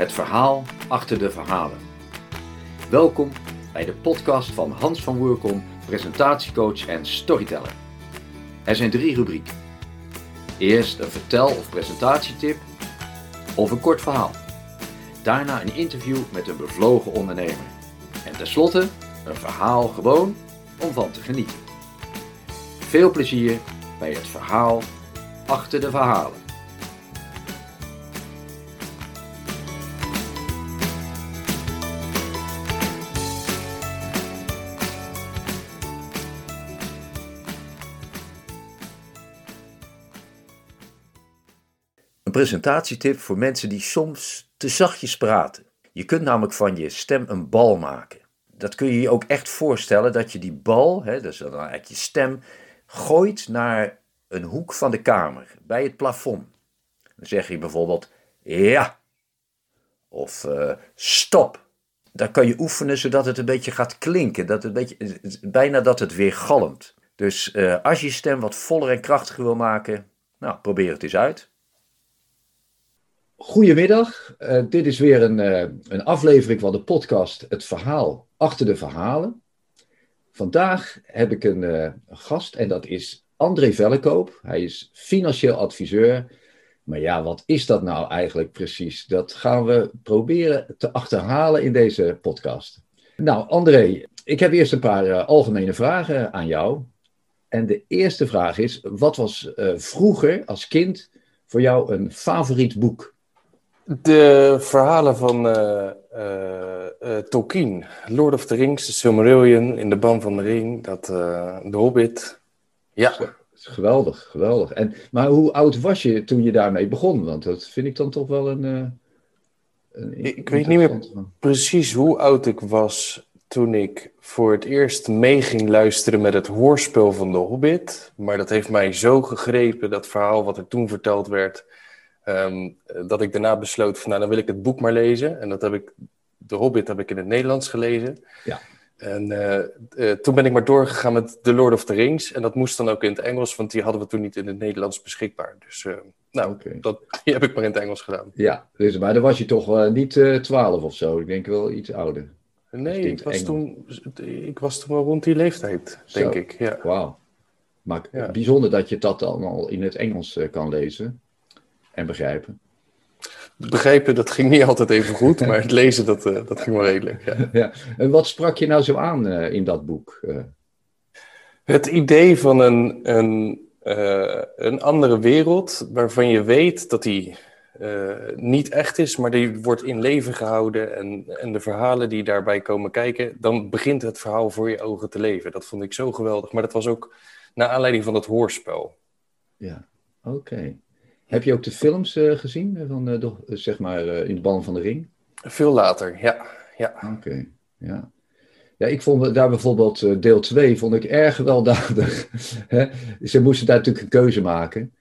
Het verhaal achter de verhalen. Welkom bij de podcast van Hans van Woerkom, presentatiecoach en storyteller. Er zijn 3 rubrieken. Eerst een vertel- of presentatietip of een kort verhaal. Daarna een interview met een bevlogen ondernemer. En tenslotte een verhaal gewoon om van te genieten. Veel plezier bij het verhaal achter de verhalen. Een presentatietip voor mensen die soms te zachtjes praten. Je kunt namelijk van je stem een bal maken. Dat kun je je ook echt voorstellen dat je die bal, dus dan eigenlijk je stem, gooit naar een hoek van de kamer, bij het plafond. Dan zeg je bijvoorbeeld ja of stop. Dan kan je oefenen zodat het een beetje gaat klinken, bijna dat het weer galmt. Dus als je je stem wat voller en krachtiger wil maken, probeer het eens uit. Goedemiddag, dit is weer een aflevering van de podcast Het Verhaal Achter de Verhalen. Vandaag heb ik een gast en dat is André Vellekoop. Hij is financieel adviseur. Maar ja, wat is dat nou eigenlijk precies? Dat gaan we proberen te achterhalen in deze podcast. Nou, André, ik heb eerst een paar algemene vragen aan jou. En de eerste vraag is, wat was vroeger als kind voor jou een favoriet boek? De verhalen van Tolkien, Lord of the Rings, The Silmarillion, In de Ban van de Ring, The Hobbit. Ja. Geweldig, geweldig. Maar hoe oud was je toen je daarmee begon? Want dat vind ik dan toch wel een ik weet niet meer precies hoe oud ik was toen ik voor het eerst mee ging luisteren met het hoorspel van The Hobbit. Maar dat heeft mij zo gegrepen, dat verhaal wat er toen verteld werd, dat ik daarna besloot van dan wil ik het boek maar lezen. En The Hobbit heb ik in het Nederlands gelezen. Ja. En toen ben ik maar doorgegaan met The Lord of the Rings. En dat moest dan ook in het Engels, want die hadden we toen niet in het Nederlands beschikbaar. Dus die heb ik maar in het Engels gedaan. Ja, maar dan was je toch niet 12 of zo. Ik denk wel iets ouder. Nee, ik was toen wel rond die leeftijd, denk ik. Ja. Wauw. Maar bijzonder dat je dat dan al in het Engels kan lezen en begrijpen. Begrijpen, dat ging niet altijd even goed, maar het lezen, dat ging wel redelijk. Ja. Ja. En wat sprak je nou zo aan in dat boek? Het idee van een andere wereld, waarvan je weet dat die niet echt is, maar die wordt in leven gehouden en de verhalen die daarbij komen kijken, dan begint het verhaal voor je ogen te leven. Dat vond ik zo geweldig, maar dat was ook naar aanleiding van het hoorspel. Ja, oké. Heb je ook de films gezien van, zeg maar, In de Ban van de Ring? Veel later, ja. Oké, ja. Ja, ik vond daar bijvoorbeeld deel 2 vond ik erg gewelddadig. Ze moesten daar natuurlijk een keuze maken.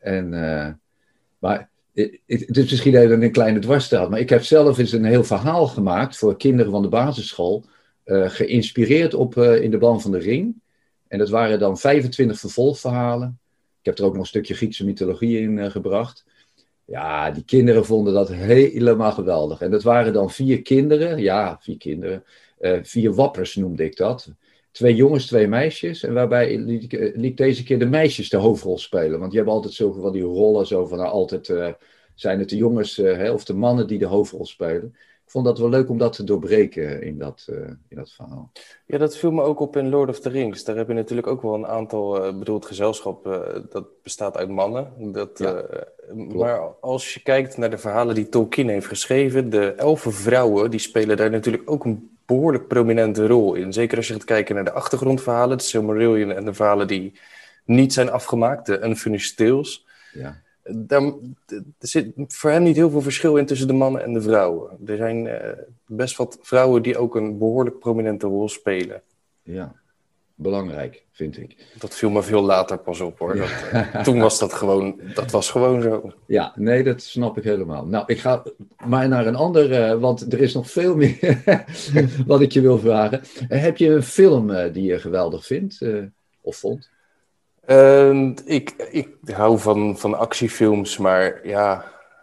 Maar het is misschien even een kleine dwarsstraat, maar ik heb zelf eens een heel verhaal gemaakt voor kinderen van de basisschool, geïnspireerd op In de Ban van de Ring. En dat waren dan 25 vervolgverhalen. Ik heb er ook nog een stukje Griekse mythologie in gebracht. Ja, die kinderen vonden dat helemaal geweldig. En dat waren dan 4 kinderen. Ja, 4 kinderen. 4 wappers noemde ik dat. 2 jongens, 2 meisjes. En waarbij liet deze keer de meisjes de hoofdrol spelen. Want je hebt altijd zoveel van die rollen. Zo van, altijd zijn het de jongens of de mannen die de hoofdrol spelen. Ik vond dat wel leuk om dat te doorbreken in dat verhaal. Ja, dat viel me ook op in Lord of the Rings. Daar heb je natuurlijk ook wel een aantal, het gezelschap, dat bestaat uit mannen. Maar als je kijkt naar de verhalen die Tolkien heeft geschreven, de 11 vrouwen, die spelen daar natuurlijk ook een behoorlijk prominente rol in. Zeker als je gaat kijken naar de achtergrondverhalen, de Silmarillion en de verhalen die niet zijn afgemaakt, de Unfinished Tales. Ja. Er zit voor hem niet heel veel verschil in tussen de mannen en de vrouwen. Er zijn best wat vrouwen die ook een behoorlijk prominente rol spelen. Ja, belangrijk, vind ik. Dat viel me veel later pas op, hoor. Ja. Toen was dat was gewoon zo. Ja, nee, dat snap ik helemaal. Nou, ik ga maar naar een ander, want er is nog veel meer wat ik je wil vragen. Heb je een film die je geweldig vindt of vond? Ik hou van actiefilms, maar ja,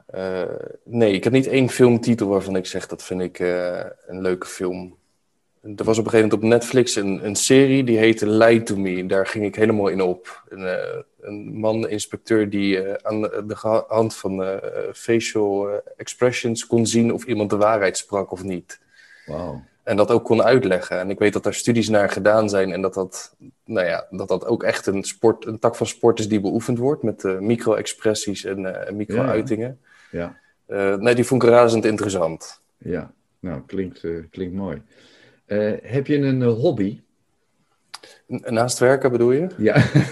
Nee, ik heb niet één filmtitel waarvan ik zeg dat vind ik een leuke film. Er was op een gegeven moment op Netflix een serie die heette Lie to Me. Daar ging ik helemaal in op. Een man-inspecteur die aan de hand van facial expressions kon zien of iemand de waarheid sprak of niet. Wauw. En dat ook kon uitleggen. En ik weet dat daar studies naar gedaan zijn en dat ook echt een tak van sport is die beoefend wordt met micro-expressies en micro-uitingen. Ja. Nee, die vond ik razend interessant. Ja, nou, klinkt mooi. Heb je een hobby? Naast werken bedoel je? Ja.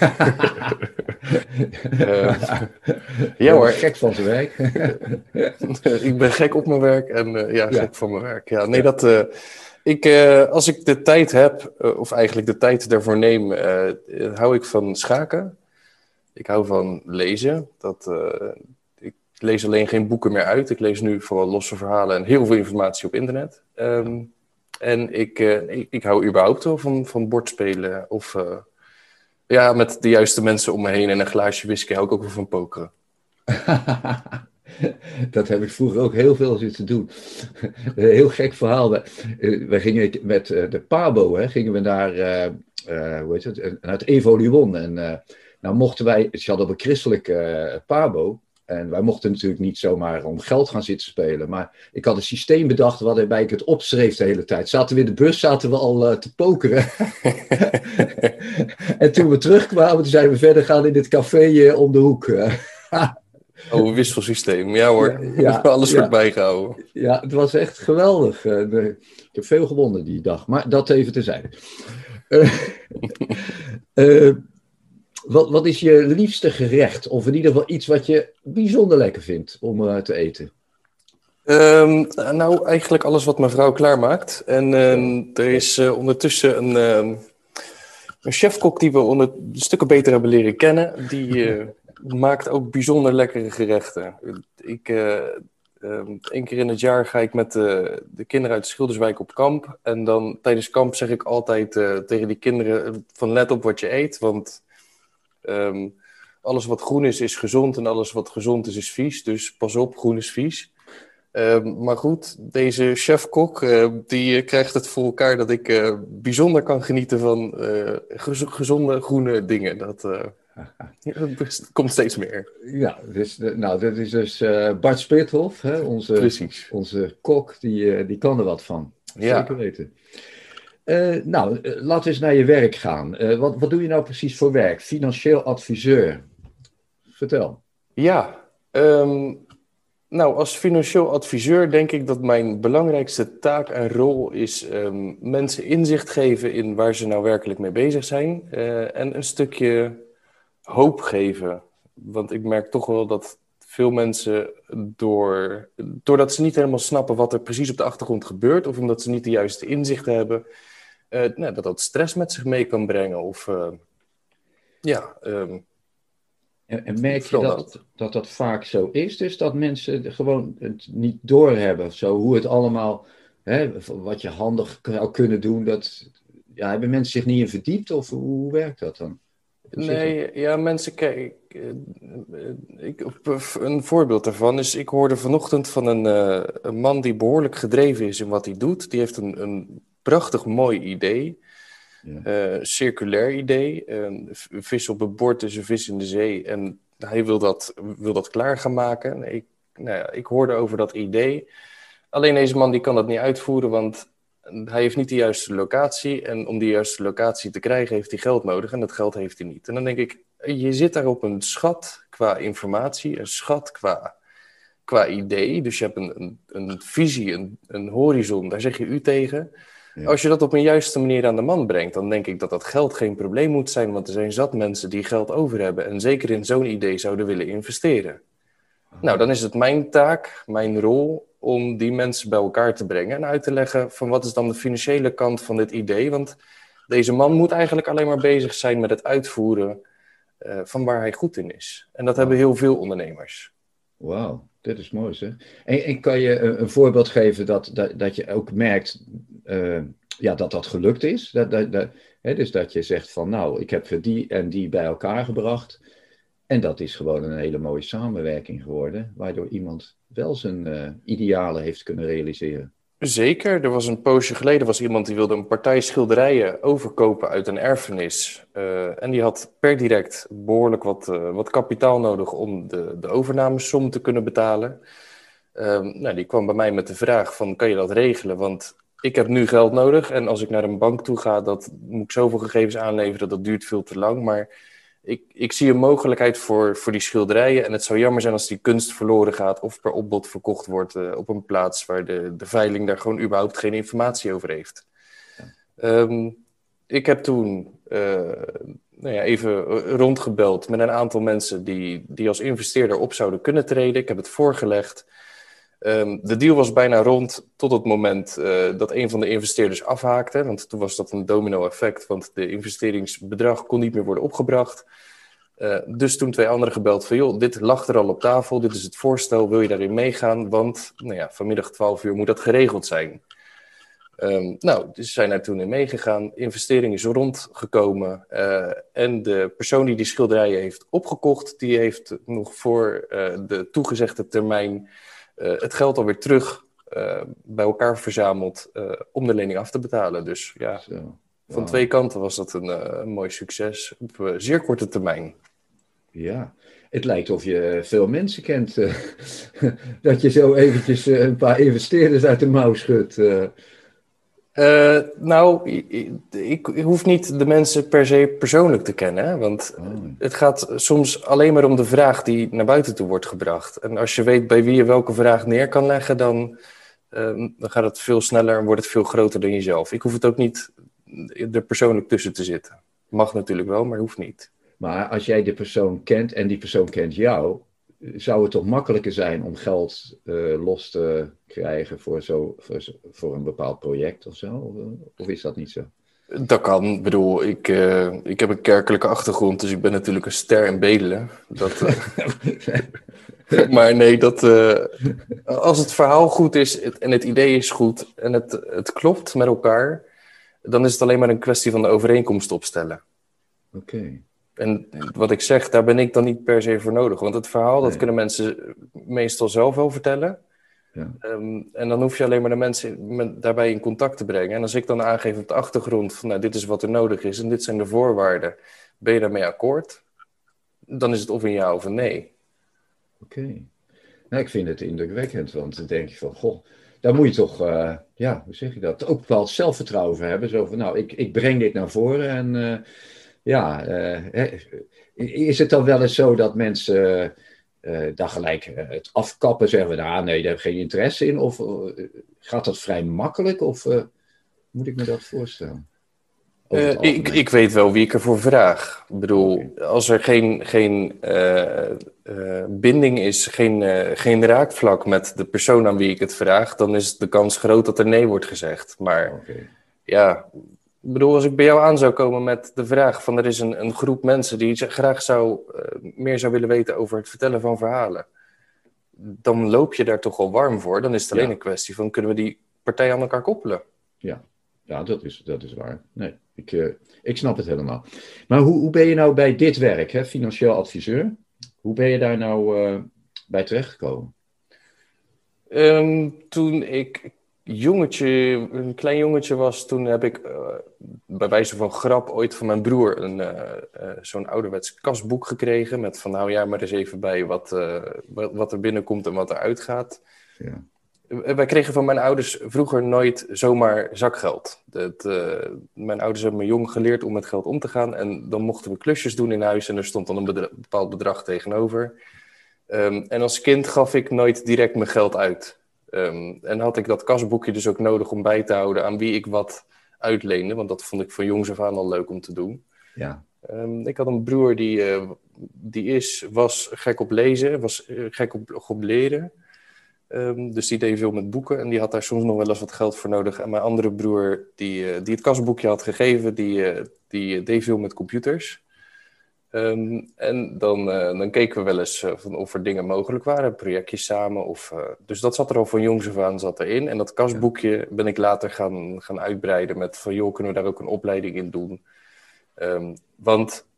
Ja hoor. Gek van zijn werk. Ik ben gek op mijn werk en gek van mijn werk. Ja, nee, als ik de tijd heb, of eigenlijk de tijd daarvoor neem, hou ik van schaken. Ik hou van lezen. Ik lees alleen geen boeken meer uit. Ik lees nu vooral losse verhalen en heel veel informatie op internet. En ik hou überhaupt wel van bordspelen. Of met de juiste mensen om me heen en een glaasje whisky hou ik ook wel van pokeren. Dat heb ik vroeger ook heel veel zitten doen. Een heel gek verhaal. We gingen met de Pabo, gingen we naar, naar het Evoluon. En nou mochten wij, ze hadden op een christelijke Pabo. En wij mochten natuurlijk niet zomaar om geld gaan zitten spelen. Maar ik had een systeem bedacht waarbij ik het opschreef de hele tijd. Zaten we in de bus, zaten we al te pokeren. En toen we terugkwamen, toen zijn we verder gaan in dit café om de hoek. Wisselsysteem. Ja hoor, alles wordt bijgehouden. Ja, het was echt geweldig. Ik heb veel gewonnen die dag. Maar dat even terzijde. Wat is je liefste gerecht? Of in ieder geval iets wat je bijzonder lekker vindt om te eten? Nou, eigenlijk alles wat mijn vrouw klaarmaakt. En er is ondertussen een chefkok die we stukken beter hebben leren kennen. Die maakt ook bijzonder lekkere gerechten. Eén keer in het jaar ga ik met de kinderen uit Schilderswijk op kamp. En dan tijdens kamp zeg ik altijd tegen die kinderen van let op wat je eet. Want alles wat groen is gezond en alles wat gezond is vies. Dus pas op, groen is vies. Maar goed, deze chef-kok die krijgt het voor elkaar dat ik bijzonder kan genieten van gezonde groene dingen. Dat komt steeds meer. Ja, dus, dat is dus Bart Spithoff, onze kok, die kan er wat van. Ja. Zeker weten. Laten we eens naar je werk gaan. Wat doe je nou precies voor werk? Financieel adviseur. Vertel. Ja, als financieel adviseur denk ik dat mijn belangrijkste taak en rol is mensen inzicht geven in waar ze nou werkelijk mee bezig zijn. En een stukje hoop geven. Want ik merk toch wel dat veel mensen, doordat ze niet helemaal snappen wat er precies op de achtergrond gebeurt, of omdat ze niet de juiste inzichten hebben, dat stress met zich mee kan brengen. En merk je dat vaak zo is? Dus dat mensen gewoon het niet doorhebben. Zo hoe het allemaal, wat je handig zou kunnen doen. Hebben mensen zich niet in verdiept? Of hoe werkt dat dan? Mensen kijken. Een voorbeeld daarvan is, ik hoorde vanochtend van een man die behoorlijk gedreven is in wat hij doet. Die heeft een prachtig mooi idee. Ja. Circulair idee. Vis op het bord is een vis in de zee. En hij wil dat klaar gaan maken. Ik hoorde over dat idee. Alleen deze man die kan dat niet uitvoeren, want hij heeft niet de juiste locatie. En om die juiste locatie te krijgen heeft hij geld nodig. En dat geld heeft hij niet. En dan denk ik, je zit daar op een schat qua informatie. Een schat qua idee. Dus je hebt een visie, een horizon. Daar zeg je u tegen. Ja. Als je dat op een juiste manier aan de man brengt, dan denk ik dat geld geen probleem moet zijn. Want er zijn zat mensen die geld over hebben. En zeker in zo'n idee zouden willen investeren. Nou, dan is het mijn taak, mijn rol, om die mensen bij elkaar te brengen en uit te leggen van wat is dan de financiële kant van dit idee. Want deze man moet eigenlijk alleen maar bezig zijn met het uitvoeren van waar hij goed in is. En dat hebben heel veel ondernemers. Wauw, dit is mooi zeg. En kan je een voorbeeld geven dat je ook merkt dat gelukt is? Dus dat je zegt van nou, ik heb die en die bij elkaar gebracht. En dat is gewoon een hele mooie samenwerking geworden, waardoor iemand wel zijn idealen heeft kunnen realiseren. Zeker, er was een poosje geleden iemand die wilde een partij schilderijen overkopen uit een erfenis. En die had per direct behoorlijk wat kapitaal nodig om de overnamesom te kunnen betalen. Nou, die kwam bij mij met de vraag van, kan je dat regelen? Want ik heb nu geld nodig en als ik naar een bank toe ga, moet ik zoveel gegevens aanleveren, dat duurt veel te lang. Maar ik zie een mogelijkheid voor die schilderijen. En het zou jammer zijn als die kunst verloren gaat of per opbod verkocht wordt op een plaats waar de veiling daar gewoon überhaupt geen informatie over heeft. Ik heb toen even rondgebeld met een aantal mensen die als investeerder op zouden kunnen treden. Ik heb het voorgelegd. De deal was bijna rond tot het moment dat een van de investeerders afhaakte. Want toen was dat een domino-effect, want de investeringsbedrag kon niet meer worden opgebracht. Dus toen 2 anderen gebeld van, joh, dit lag er al op tafel, dit is het voorstel, wil je daarin meegaan? Want vanmiddag 12 uur moet dat geregeld zijn. Dus zijn daar toen in meegegaan. Investering is rondgekomen. En de persoon die schilderijen heeft opgekocht, die heeft nog voor de toegezegde termijn het geld alweer terug bij elkaar verzameld om de lening af te betalen. Dus ja, van 2 kanten was dat een mooi succes op zeer korte termijn. Ja, het lijkt of je veel mensen kent. Dat je zo eventjes een paar investeerders uit de mouw schudt. Ik hoef niet de mensen per se persoonlijk te kennen. Hè? Want het gaat soms alleen maar om de vraag die naar buiten toe wordt gebracht. En als je weet bij wie je welke vraag neer kan leggen, dan gaat het veel sneller en wordt het veel groter dan jezelf. Ik hoef het ook niet er persoonlijk tussen te zitten. Mag natuurlijk wel, maar hoeft niet. Maar als jij de persoon kent en die persoon kent jou, zou het toch makkelijker zijn om geld los te krijgen voor een bepaald project of zo? Of is dat niet zo? Dat kan. Ik bedoel, ik heb een kerkelijke achtergrond, dus ik ben natuurlijk een ster in bedelen. Maar nee, als het verhaal goed is en het idee is goed en het klopt met elkaar, dan is het alleen maar een kwestie van de overeenkomst opstellen. Oké. En wat ik zeg, daar ben ik dan niet per se voor nodig. Want het verhaal, dat kunnen mensen meestal zelf wel vertellen. Ja. En dan hoef je alleen maar de mensen daarbij in contact te brengen. En als ik dan aangeef op de achtergrond van, dit is wat er nodig is en dit zijn de voorwaarden. Ben je daarmee akkoord? Dan is het of een ja of een nee. Oké. Nou, ik vind het indrukwekkend, want dan denk je van, goh, daar moet je toch, hoe zeg je dat, ook wel zelfvertrouwen voor hebben. Zo van, ik breng dit naar voren en... is het dan wel eens zo dat mensen daar gelijk het afkappen, zeggen we, nee, daar heb ik geen interesse in? Of gaat dat vrij makkelijk? Of moet ik me dat voorstellen? Ik weet wel wie ik ervoor vraag. Ik bedoel, als er geen binding is, geen raakvlak met de persoon aan wie ik het vraag, dan is de kans groot dat er nee wordt gezegd. Maar ik bedoel, als ik bij jou aan zou komen met de vraag van er is een groep mensen die graag meer zou willen weten over het vertellen van verhalen, dan loop je daar toch al warm voor. Dan is het alleen een kwestie van, kunnen we die partijen aan elkaar koppelen? Ja, dat is waar. Nee, ik snap het helemaal. Maar hoe ben je nou bij dit werk, hè, financieel adviseur? Hoe ben je daar nou bij terechtgekomen? Toen ik een klein jongetje was, toen heb ik bij wijze van grap ooit van mijn broer zo'n ouderwets kasboek gekregen met van, nou ja, maar eens even bij wat er binnenkomt en wat er uitgaat. Ja. Wij kregen van mijn ouders vroeger nooit zomaar zakgeld. Mijn ouders hebben me jong geleerd om met geld om te gaan en dan mochten we klusjes doen in huis en er stond dan een bepaald bedrag tegenover. En als kind gaf ik nooit direct mijn geld uit. En had ik dat kasboekje dus ook nodig om bij te houden aan wie ik wat uitleende. Want dat vond ik van jongs af aan al leuk om te doen. Ja. Ik had een broer die was gek op lezen, was gek op leren. Dus die deed veel met boeken en die had daar soms nog wel eens wat geld voor nodig. En mijn andere broer, die het kasboekje had gegeven, die deed veel met computers. En dan keken we wel eens van of er dingen mogelijk waren, projectjes samen. Dus dat zat er al van jongs af aan erin. En dat kasboekje ben ik later gaan uitbreiden met van, joh, kunnen we daar ook een opleiding in doen? Want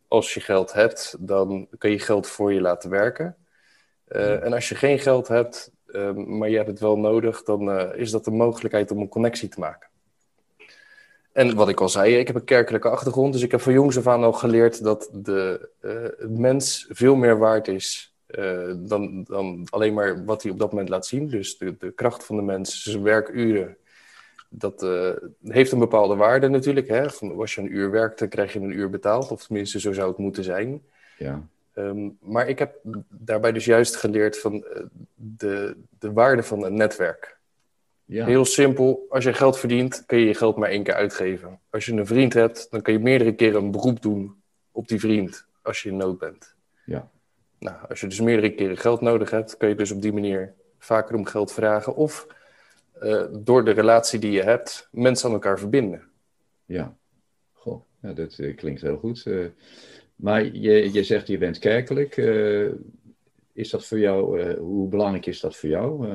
als je geld hebt, dan kun je geld voor je laten werken. En als je geen geld hebt, maar je hebt het wel nodig, dan is dat de mogelijkheid om een connectie te maken. En wat ik al zei, ik heb een kerkelijke achtergrond, dus ik heb van jongs af aan al geleerd dat de mens veel meer waard is dan alleen maar wat hij op dat moment laat zien. Dus de kracht van de mens, zijn werkuren, dat heeft een bepaalde waarde natuurlijk. Hè? Als je een uur werkt, dan krijg je een uur betaald, of tenminste zo zou het moeten zijn. Ja. Maar ik heb daarbij dus juist geleerd van de waarde van een netwerk. Ja. Heel simpel, als je geld verdient, kun je je geld maar 1 keer uitgeven. Als je een vriend hebt, dan kun je meerdere keren een beroep doen op die vriend, als je in nood bent. Ja. Nou, als je dus meerdere keren geld nodig hebt, kun je dus op die manier vaker om geld vragen. Of door de relatie die je hebt, mensen aan elkaar verbinden. Ja, goh, ja, dat klinkt heel goed. Maar je zegt, je bent kerkelijk. Is dat voor jou, hoe belangrijk is dat voor jou?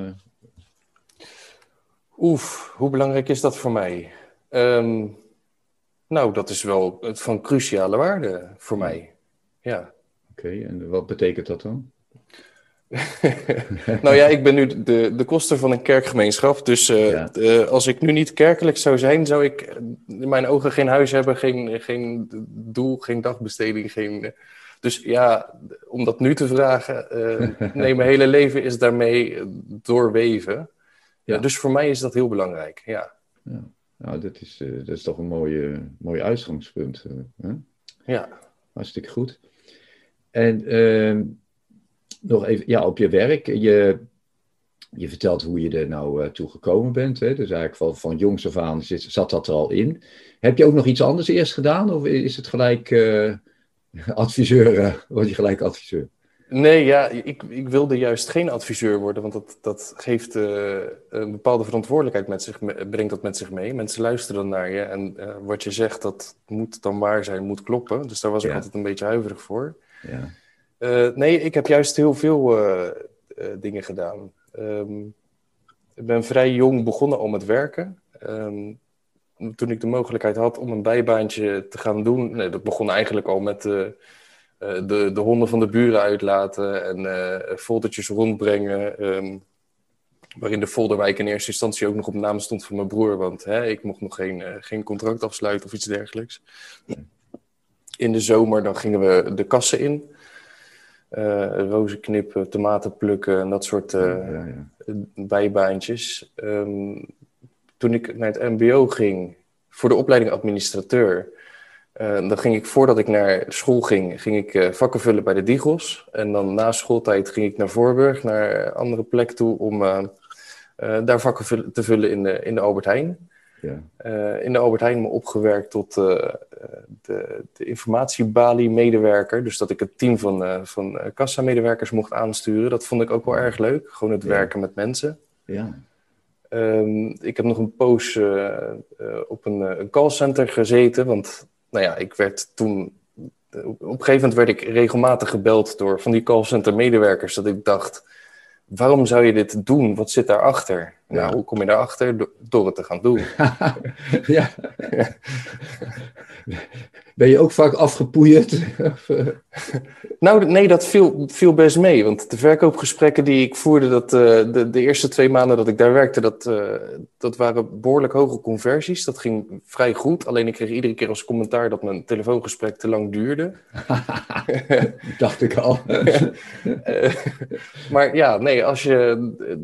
Hoe belangrijk is dat voor mij? Nou, dat is wel van cruciale waarde voor mij. Ja. Oké, en wat betekent dat dan? Nou ja, ik ben nu de koster van een kerkgemeenschap. Dus als ik nu niet kerkelijk zou zijn, zou ik in mijn ogen geen huis hebben, geen doel, geen dagbesteding. Dus ja, om dat nu te vragen, nee, mijn hele leven is daarmee doorweven. Ja. Dus voor mij is dat heel belangrijk, ja. Nou, dat is toch een mooi uitgangspunt. Hè? Ja. Hartstikke goed. En nog even, ja, op je werk. Je vertelt hoe je er nou toe gekomen bent. Hè? Dus eigenlijk van jongs af aan zat dat er al in. Heb je ook nog iets anders eerst gedaan? Of is het gelijk adviseur? Word je gelijk adviseur? Nee, ja, ik wilde juist geen adviseur worden, want dat geeft een bepaalde verantwoordelijkheid brengt dat met zich mee. Mensen luisteren dan naar je en wat je zegt, dat moet dan waar zijn, moet kloppen. Dus daar was ik altijd een beetje huiverig voor. Ja. Nee, ik heb juist heel veel dingen gedaan. Ik ben vrij jong begonnen al met werken. Toen ik de mogelijkheid had om een bijbaantje te gaan doen, dat begon eigenlijk al met de honden van de buren uitlaten en foldertjes rondbrengen. Waarin de folderwijk in eerste instantie ook nog op naam stond van mijn broer. Want ik mocht nog geen contract afsluiten of iets dergelijks. In de zomer dan gingen we de kassen in. Rozen knippen, tomaten plukken en dat soort bijbaantjes. Toen ik naar het mbo ging voor de opleiding administrateur... dan ging ik, voordat ik naar school ging ik vakken vullen bij de Diegels. En dan na schooltijd ging ik naar Voorburg, naar een andere plek toe, om daar vakken te vullen in de Albert Heijn. Ja. In de Albert Heijn me opgewerkt tot de informatiebalie-medewerker. Dus dat ik het team van kassa-medewerkers mocht aansturen. Dat vond ik ook wel erg leuk, gewoon het werken met mensen. Ja. Ik heb nog een poos op een callcenter gezeten, want... Nou ja, ik werd toen... Op een gegeven moment werd ik regelmatig gebeld door van die callcenter-medewerkers, dat ik dacht, waarom zou je dit doen? Wat zit daarachter? Ja. Nou, hoe kom je daarachter? Door het te gaan doen. Ja. Ben je ook vaak afgepoeierd? Nou, nee, dat viel best mee. Want de verkoopgesprekken die ik voerde, de eerste 2 maanden dat ik daar werkte, dat waren behoorlijk hoge conversies. Dat ging vrij goed. Alleen ik kreeg iedere keer als commentaar dat mijn telefoongesprek te lang duurde. Dacht ik al. Maar ja, nee, als je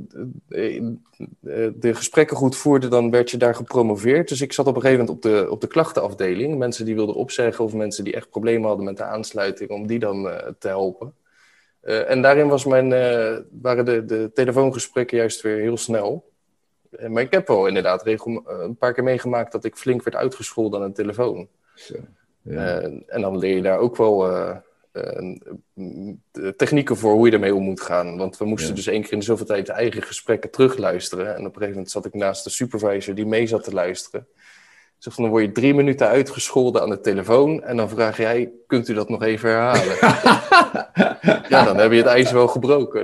de gesprekken goed voerde, dan werd je daar gepromoveerd. Dus ik zat op een gegeven moment op de klachtenafdeling. Mensen die wilden opzeggen of mensen die echt problemen hadden met de aansluiting, om die dan te helpen. En daarin waren de telefoongesprekken juist weer heel snel. Maar ik heb wel inderdaad een paar keer meegemaakt dat ik flink werd uitgescholden aan een telefoon. Zo, ja. En dan leer je daar ook wel technieken voor hoe je ermee om moet gaan. Want we moesten dus 1 keer in de zoveel tijd de eigen gesprekken terugluisteren. En op een gegeven moment zat ik naast de supervisor die mee zat te luisteren. Zeg van, dan word je 3 minuten uitgescholden aan de telefoon en dan vraag jij, kunt u dat nog even herhalen? Ja, dan heb je het ijs wel gebroken.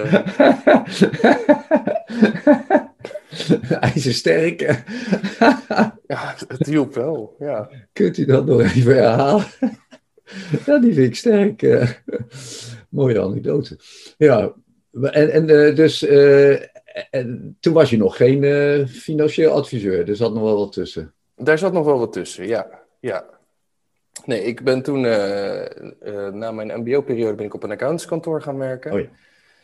IJzersterk. Ja, het hielp wel, ja. Kunt u dat nog even herhalen? Ja, die vind ik sterk. Mooie anekdote. Ja, en toen was je nog geen financieel adviseur. Er zat nog wel wat tussen. Daar zat nog wel wat tussen, ja. Ja. Nee, ik ben toen, na mijn mbo-periode, ben ik op een accountantskantoor gaan werken. Oh ja.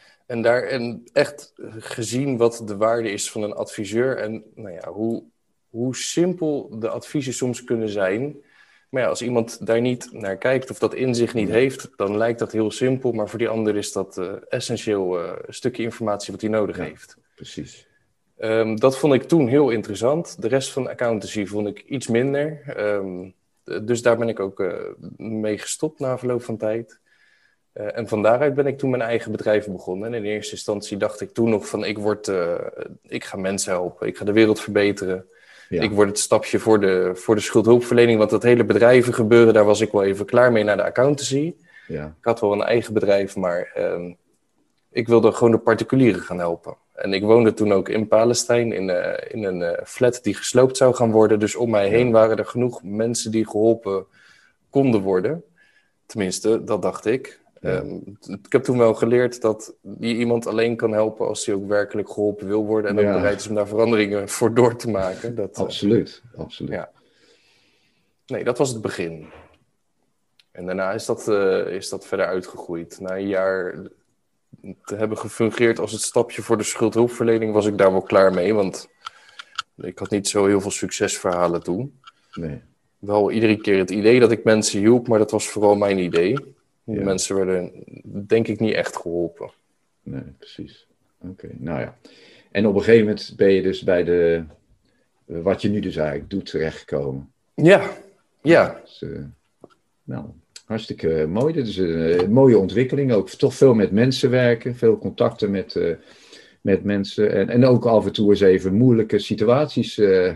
En echt gezien wat de waarde is van een adviseur en nou ja, hoe simpel de adviezen soms kunnen zijn. Maar ja, als iemand daar niet naar kijkt of dat inzicht niet heeft, dan lijkt dat heel simpel. Maar voor die ander is dat essentieel stukje informatie wat hij nodig heeft. Precies. Dat vond ik toen heel interessant. De rest van de accountancy vond ik iets minder. Dus daar ben ik ook mee gestopt na verloop van tijd. En van daaruit ben ik toen mijn eigen bedrijf begonnen. En in eerste instantie dacht ik toen nog van ik ga mensen helpen, ik ga de wereld verbeteren. Ja. Ik word het stapje voor de schuldhulpverlening, want dat hele bedrijvengebeuren, daar was ik wel even klaar mee naar de accountancy. Ja. Ik had wel een eigen bedrijf, maar ik wilde gewoon de particulieren gaan helpen. En ik woonde toen ook in Palestijn in een flat die gesloopt zou gaan worden. Dus om mij heen waren er genoeg mensen die geholpen konden worden. Tenminste, dat dacht ik. Ja. Ik heb toen wel geleerd dat je iemand alleen kan helpen als hij ook werkelijk geholpen wil worden. En ook bereid is om daar veranderingen voor door te maken. Absoluut. Ja. Nee, dat was het begin. En daarna is dat verder uitgegroeid. Na een jaar te hebben gefungeerd als het stapje voor de schuldhulpverlening was ik daar wel klaar mee. Want ik had niet zo heel veel succesverhalen toen. Nee. Wel iedere keer het idee dat ik mensen hielp, maar dat was vooral mijn idee. De mensen werden, denk ik, niet echt geholpen. Nee, precies. Oké, nou ja. En op een gegeven moment ben je dus bij wat je nu dus eigenlijk doet terechtgekomen. Ja. Dus, nou, hartstikke mooi. Dit is een mooie ontwikkeling. Ook toch veel met mensen werken, veel contacten met mensen. En ook af en toe eens even moeilijke situaties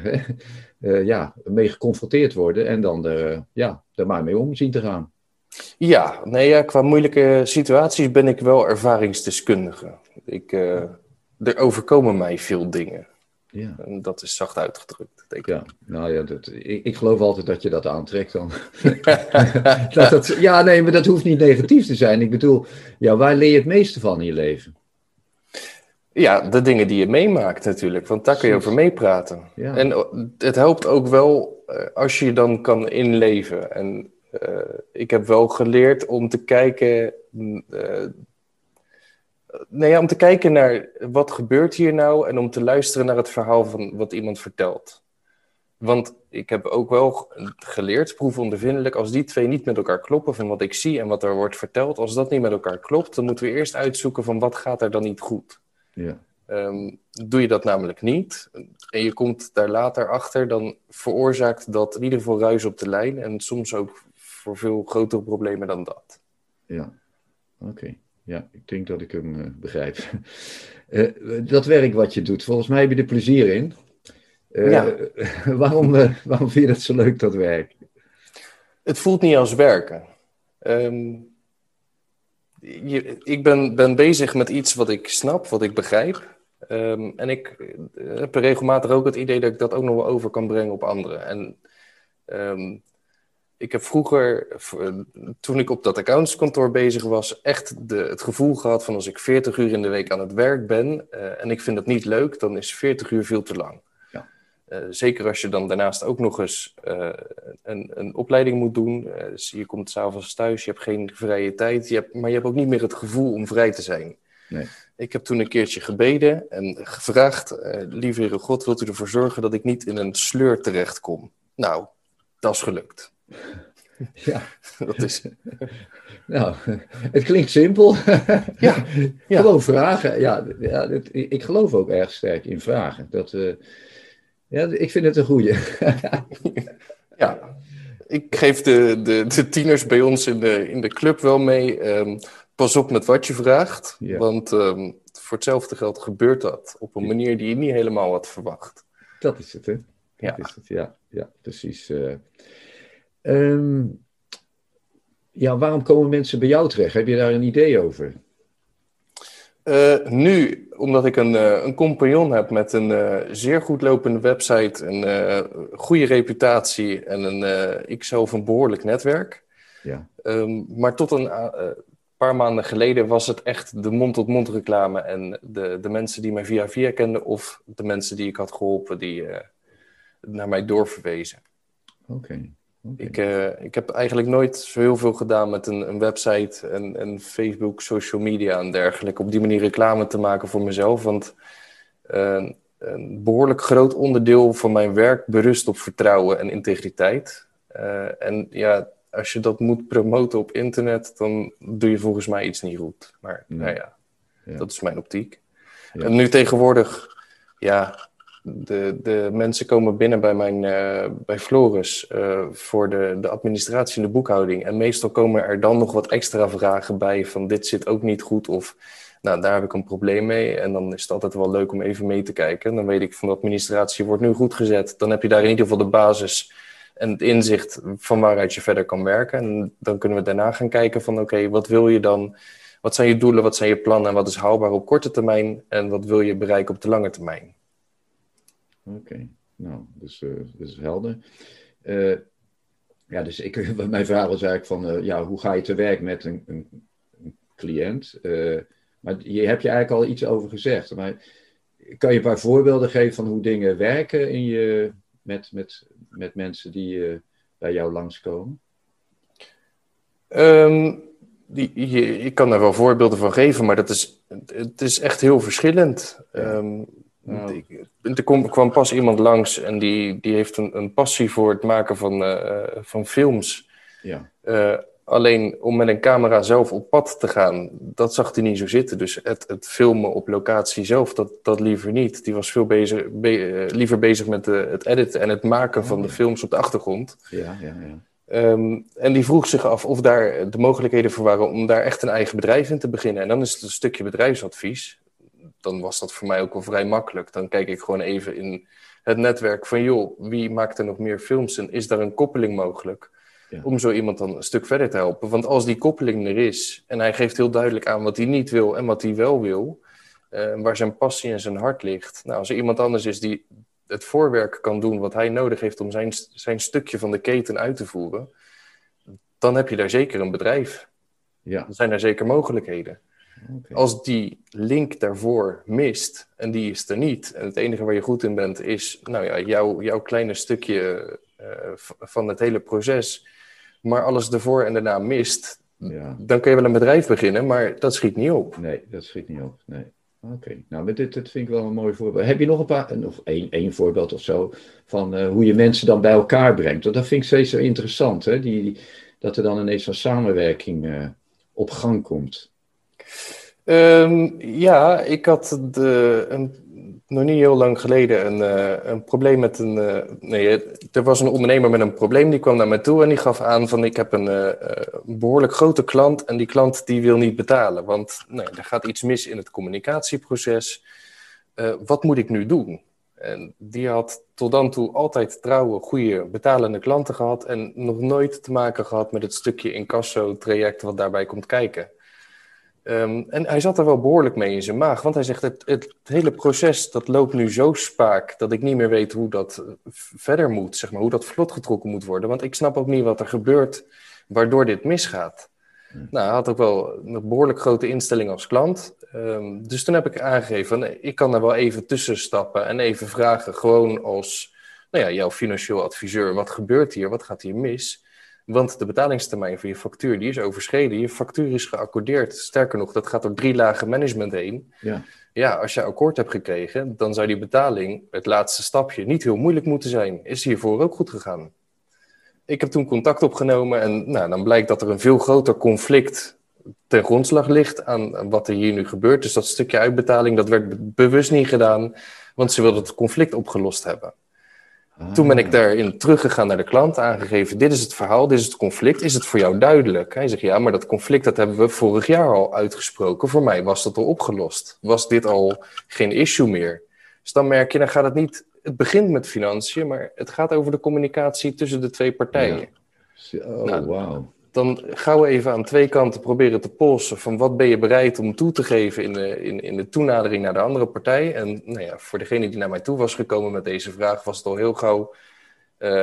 mee geconfronteerd worden. En dan er maar mee om zien te gaan. Ja, qua moeilijke situaties ben ik wel ervaringsdeskundige. Er overkomen mij veel dingen. Ja. En dat is zacht uitgedrukt, denk ik. Ja, nou ja, ik geloof altijd dat je dat aantrekt dan. Maar dat hoeft niet negatief te zijn. Ik bedoel, waar leer je het meeste van in je leven? Ja, de dingen die je meemaakt natuurlijk, want daar kun je over meepraten. Ja. En het helpt ook wel als je je dan kan inleven. En ik heb wel geleerd om te kijken... om te kijken naar wat gebeurt hier nou en om te luisteren naar het verhaal van wat iemand vertelt. Want ik heb ook wel geleerd, proefondervindelijk, als die twee niet met elkaar kloppen, van wat ik zie en wat er wordt verteld, als dat niet met elkaar klopt, dan moeten we eerst uitzoeken van wat gaat er dan niet goed. Ja. Doe je dat namelijk niet en je komt daar later achter, dan veroorzaakt dat in ieder geval ruis op de lijn en soms ook voor veel grotere problemen dan dat. Ja, oké. Ja, ik denk dat ik hem begrijp. Dat werk wat je doet, volgens mij heb je er plezier in. Waarom vind je dat zo leuk, dat werk? Het voelt niet als werken. Ik ben bezig met iets wat ik snap, wat ik begrijp. En ik heb regelmatig ook het idee dat ik dat ook nog wel over kan brengen op anderen. En ik heb vroeger, toen ik op dat accountantskantoor bezig was, echt het gevoel gehad van als ik 40 uur in de week aan het werk ben en ik vind dat niet leuk, dan is 40 uur veel te lang. Ja. Zeker als je dan daarnaast ook nog eens een opleiding moet doen. Dus je komt 's avonds thuis, je hebt geen vrije tijd, maar je hebt ook niet meer het gevoel om vrij te zijn. Nee. Ik heb toen een keertje gebeden en gevraagd, lieve Heere God, wilt u ervoor zorgen dat ik niet in een sleur terechtkom? Nou, dat is gelukt. Ja. Dat is... Nou, het klinkt simpel. Ja. Gewoon vragen. Ik geloof ook erg sterk in vragen. Ik vind het een goeie. Ja, ik geef de tieners bij ons in de club wel mee. Pas op met wat je vraagt. Ja. Want voor hetzelfde geld gebeurt dat op een manier die je niet helemaal had verwacht. Dat is het, hè? Ja. Dat is het, ja, precies. Waarom komen mensen bij jou terecht? Heb je daar een idee over? Nu, omdat ik een compagnon heb met een zeer goed lopende website, een goede reputatie en ikzelf een behoorlijk netwerk. Ja. Maar tot een paar maanden geleden was het echt de mond-tot-mond reclame. En de mensen die mij via kenden of de mensen die ik had geholpen, die naar mij doorverwezen. Oké. Ik heb eigenlijk nooit zo heel veel gedaan met een website en Facebook, social media en dergelijke. Op die manier reclame te maken voor mezelf. Want een behoorlijk groot onderdeel van mijn werk berust op vertrouwen en integriteit. En ja, als je dat moet promoten op internet, dan doe je volgens mij iets niet goed. Maar Nee. ja, dat is mijn optiek. Ja. En nu tegenwoordig, ja, de mensen komen binnen bij Floris voor de administratie en de boekhouding. En meestal komen er dan nog wat extra vragen bij van dit zit ook niet goed of nou, daar heb ik een probleem mee. En dan is het altijd wel leuk om even mee te kijken. Dan weet ik van de administratie wordt nu goed gezet. Dan heb je daar in ieder geval de basis en het inzicht van waaruit je verder kan werken. En dan kunnen we daarna gaan kijken van oké, wat wil je dan? Wat zijn je doelen, wat zijn je plannen en wat is haalbaar op korte termijn? En wat wil je bereiken op de lange termijn? Oké. Nou, dus dat is helder. Ja, dus mijn vraag was eigenlijk van, hoe ga je te werk met een cliënt? Maar hier heb je eigenlijk al iets over gezegd. Maar kan je een paar voorbeelden geven van hoe dingen werken met mensen die bij jou langskomen? Ik kan daar wel voorbeelden van geven, maar het is echt heel verschillend. Ja. Er kwam pas iemand langs en die heeft een passie voor het maken van films. Ja. Alleen om met een camera zelf op pad te gaan, dat zag hij niet zo zitten. Dus het filmen op locatie zelf, dat liever niet. Die was veel liever bezig met het editen en het maken van de films op de achtergrond. Ja. En die vroeg zich af of daar de mogelijkheden voor waren om daar echt een eigen bedrijf in te beginnen. En dan is het een stukje bedrijfsadvies. Dan was dat voor mij ook wel vrij makkelijk. Dan kijk ik gewoon even in het netwerk van joh, wie maakt er nog meer films en is daar een koppeling mogelijk? Ja. Om zo iemand dan een stuk verder te helpen. Want als die koppeling er is en hij geeft heel duidelijk aan wat hij niet wil en wat hij wel wil, waar zijn passie en zijn hart ligt. Nou, als er iemand anders is die het voorwerk kan doen wat hij nodig heeft om zijn stukje van de keten uit te voeren, dan heb je daar zeker een bedrijf. Ja. Dan zijn er zeker mogelijkheden. Okay. Als die link daarvoor mist en die is er niet en het enige waar je goed in bent is jouw kleine stukje van het hele proces, maar alles ervoor en daarna mist, dan kun je wel een bedrijf beginnen, maar dat schiet niet op. Nee, dat schiet niet op. Nee. Oké, nou, dit vind ik wel een mooi voorbeeld. Heb je nog één voorbeeld of zo, van hoe je mensen dan bij elkaar brengt? Want dat vind ik steeds zo interessant, hè? Dat er dan ineens een samenwerking op gang komt. Ik had nog niet heel lang geleden een probleem met er was een ondernemer met een probleem, die kwam naar mij toe en die gaf aan van ik heb een behoorlijk grote klant en die klant die wil niet betalen, want er gaat iets mis in het communicatieproces. Wat moet ik nu doen? En die had tot dan toe altijd trouwe, goede, betalende klanten gehad en nog nooit te maken gehad met het stukje incasso-traject wat daarbij komt kijken. En hij zat er wel behoorlijk mee in zijn maag, want hij zegt het hele proces dat loopt nu zo spaak dat ik niet meer weet hoe dat verder moet, zeg maar, hoe dat vlot getrokken moet worden, want ik snap ook niet wat er gebeurt waardoor dit misgaat. Nou, hij had ook wel een behoorlijk grote instelling als klant, dus toen heb ik aangegeven, ik kan er wel even tussen stappen en even vragen, gewoon als jouw financieel adviseur, wat gebeurt hier, wat gaat hier mis? Want de betalingstermijn van je factuur, die is overschreden. Je factuur is geaccordeerd. Sterker nog, dat gaat door 3 lagen management heen. Ja, als je akkoord hebt gekregen, dan zou die betaling, het laatste stapje, niet heel moeilijk moeten zijn. Is hiervoor ook goed gegaan. Ik heb toen contact opgenomen en dan blijkt dat er een veel groter conflict ten grondslag ligt aan wat er hier nu gebeurt. Dus dat stukje uitbetaling, dat werd bewust niet gedaan, want ze wilden het conflict opgelost hebben. Toen ben ik daarin teruggegaan naar de klant, aangegeven, dit is het verhaal, dit is het conflict, is het voor jou duidelijk? Hij zegt, ja, maar dat conflict dat hebben we vorig jaar al uitgesproken, voor mij was dat al opgelost. Was dit al geen issue meer? Dus dan merk je, dan gaat het niet, het begint met financiën, maar het gaat over de communicatie tussen de twee partijen. Ja. Wauw. Dan gaan we even aan 2 kanten proberen te polsen van wat ben je bereid om toe te geven in de toenadering naar de andere partij. En voor degene die naar mij toe was gekomen met deze vraag was het al heel gauw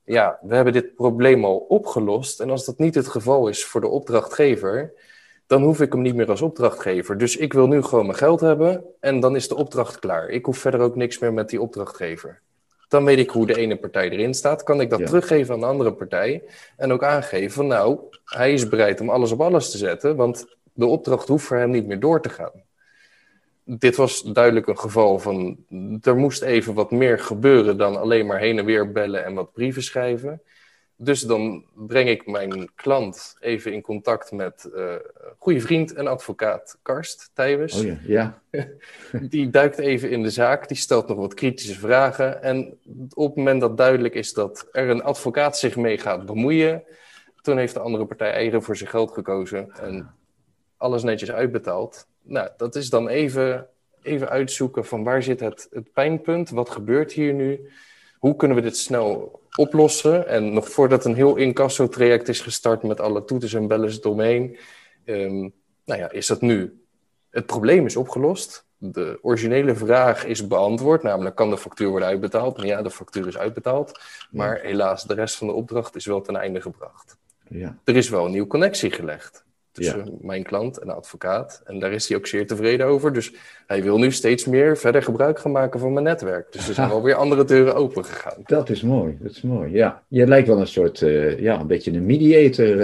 ja, we hebben dit probleem al opgelost. En als dat niet het geval is voor de opdrachtgever, dan hoef ik hem niet meer als opdrachtgever. Dus ik wil nu gewoon mijn geld hebben en dan is de opdracht klaar. Ik hoef verder ook niks meer met die opdrachtgever. Dan weet ik hoe de ene partij erin staat. Kan ik dat teruggeven aan de andere partij. En ook aangeven van nou, hij is bereid om alles op alles te zetten. Want de opdracht hoeft voor hem niet meer door te gaan. Dit was duidelijk een geval van, er moest even wat meer gebeuren dan alleen maar heen en weer bellen en wat brieven schrijven. Dus dan breng ik mijn klant even in contact met goede vriend en advocaat Karst Thijwes. Oh ja. Die duikt even in de zaak, die stelt nog wat kritische vragen. En op het moment dat duidelijk is dat er een advocaat zich mee gaat bemoeien, toen heeft de andere partij eigen voor zijn geld gekozen en alles netjes uitbetaald. Nou, dat is dan even uitzoeken van waar zit het pijnpunt, wat gebeurt hier nu, hoe kunnen we dit snel oplossen. En nog voordat een heel incasso-traject is gestart met alle toeters en bellen eromheen, is dat nu. Het probleem is opgelost. De originele vraag is beantwoord, namelijk kan de factuur worden uitbetaald? Nou ja, de factuur is uitbetaald, maar helaas de rest van de opdracht is wel ten einde gebracht. Ja. Er is wel een nieuwe connectie gelegd tussen mijn klant en de advocaat. En daar is hij ook zeer tevreden over. Dus hij wil nu steeds meer verder gebruik gaan maken van mijn netwerk. Dus er zijn wel weer andere deuren open gegaan. Dat is mooi, ja. Je lijkt wel een soort, een beetje een mediator.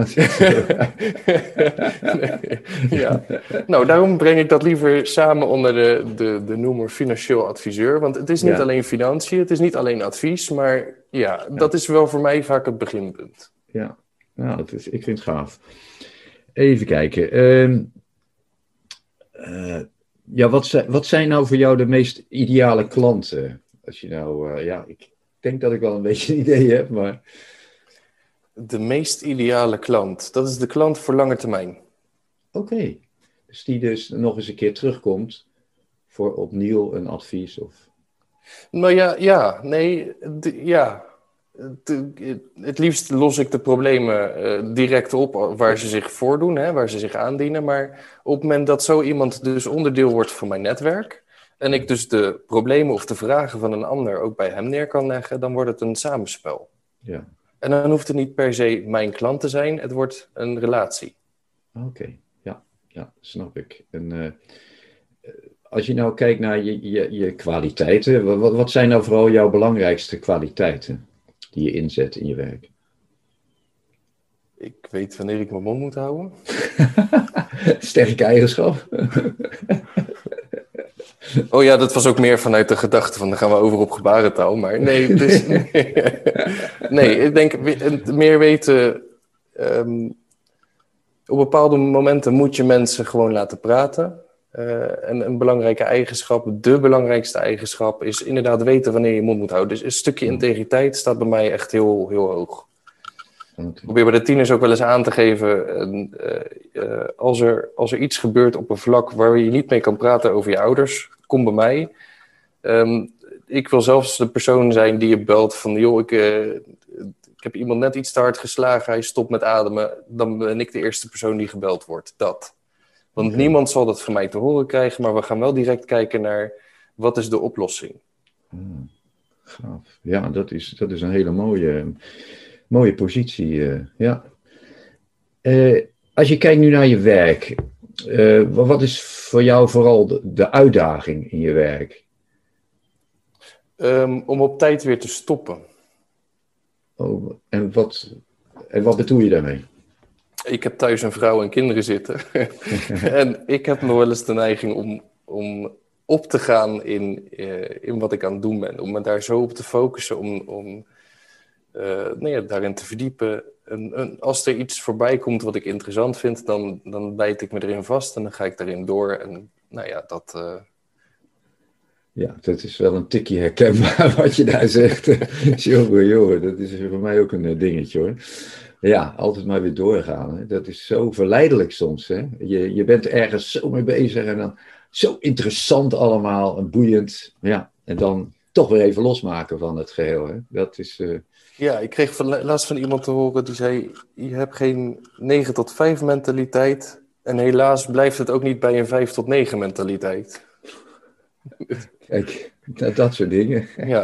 Ja. Nou, daarom breng ik dat liever samen onder de noemer financieel adviseur. Want het is niet alleen financiën, het is niet alleen advies. Maar dat is wel voor mij vaak het beginpunt. Ja, nou, ik vind het gaaf. Even kijken. Wat zijn nou voor jou de meest ideale klanten? Als je nou, ik denk dat ik wel een beetje een idee heb, maar... De meest ideale klant, dat is de klant voor lange termijn. Oké. Dus die dus nog eens een keer terugkomt voor opnieuw een advies of... Nou het liefst los ik de problemen direct op waar ze zich voordoen, waar ze zich aandienen. Maar op het moment dat zo iemand dus onderdeel wordt van mijn netwerk en ik dus de problemen of de vragen van een ander ook bij hem neer kan leggen, dan wordt het een samenspel. Ja. En dan hoeft het niet per se mijn klant te zijn, het wordt een relatie. Oké, ja, snap ik. En als je nou kijkt naar je kwaliteiten, wat zijn nou vooral jouw belangrijkste kwaliteiten die je inzet in je werk? Ik weet wanneer ik mijn mond moet houden. Sterke eigenschap. Oh ja, dat was ook meer vanuit de gedachte van dan gaan we over op gebarentaal. Maar nee, nee, ik denk meer weten. Op bepaalde momenten moet je mensen gewoon laten praten. En een belangrijke eigenschap, de belangrijkste eigenschap, is inderdaad weten wanneer je mond moet houden. Dus een stukje integriteit staat bij mij echt heel, heel hoog. Okay. Ik probeer bij de tieners ook wel eens aan te geven, als er iets gebeurt op een vlak waar je niet mee kan praten over je ouders, kom bij mij. Ik wil zelfs de persoon zijn die je belt van, joh, ik heb iemand net iets te hard geslagen, hij stopt met ademen, dan ben ik de eerste persoon die gebeld wordt. Want niemand zal dat van mij te horen krijgen, maar we gaan wel direct kijken naar wat is de oplossing. Gaaf. Ja, dat is een hele mooie positie. Ja. Als je kijkt nu naar je werk, wat is voor jou vooral de uitdaging in je werk? Om op tijd weer te stoppen. Oh, en wat bedoel je daarmee? Ik heb thuis een vrouw en kinderen zitten. En ik heb nog wel eens de neiging om op te gaan in wat ik aan het doen ben. Om me daar zo op te focussen, om daarin te verdiepen. En als er iets voorbij komt wat ik interessant vind, dan bijt ik me erin vast en dan ga ik daarin door. En dat... Ja, dat is wel een tikje herkenbaar wat je daar zegt. Jongen, dat is voor mij ook een dingetje hoor. Ja, altijd maar weer doorgaan. Hè. Dat is zo verleidelijk soms. Hè. Je bent ergens zo mee bezig en dan zo interessant allemaal en boeiend. Ja, en dan toch weer even losmaken van het geheel. Hè. Dat is... Ja, ik kreeg laatst van iemand te horen die zei, je hebt geen 9 tot 5 mentaliteit. En helaas blijft het ook niet bij een 5 tot 9 mentaliteit. Kijk, dat soort dingen. Ja.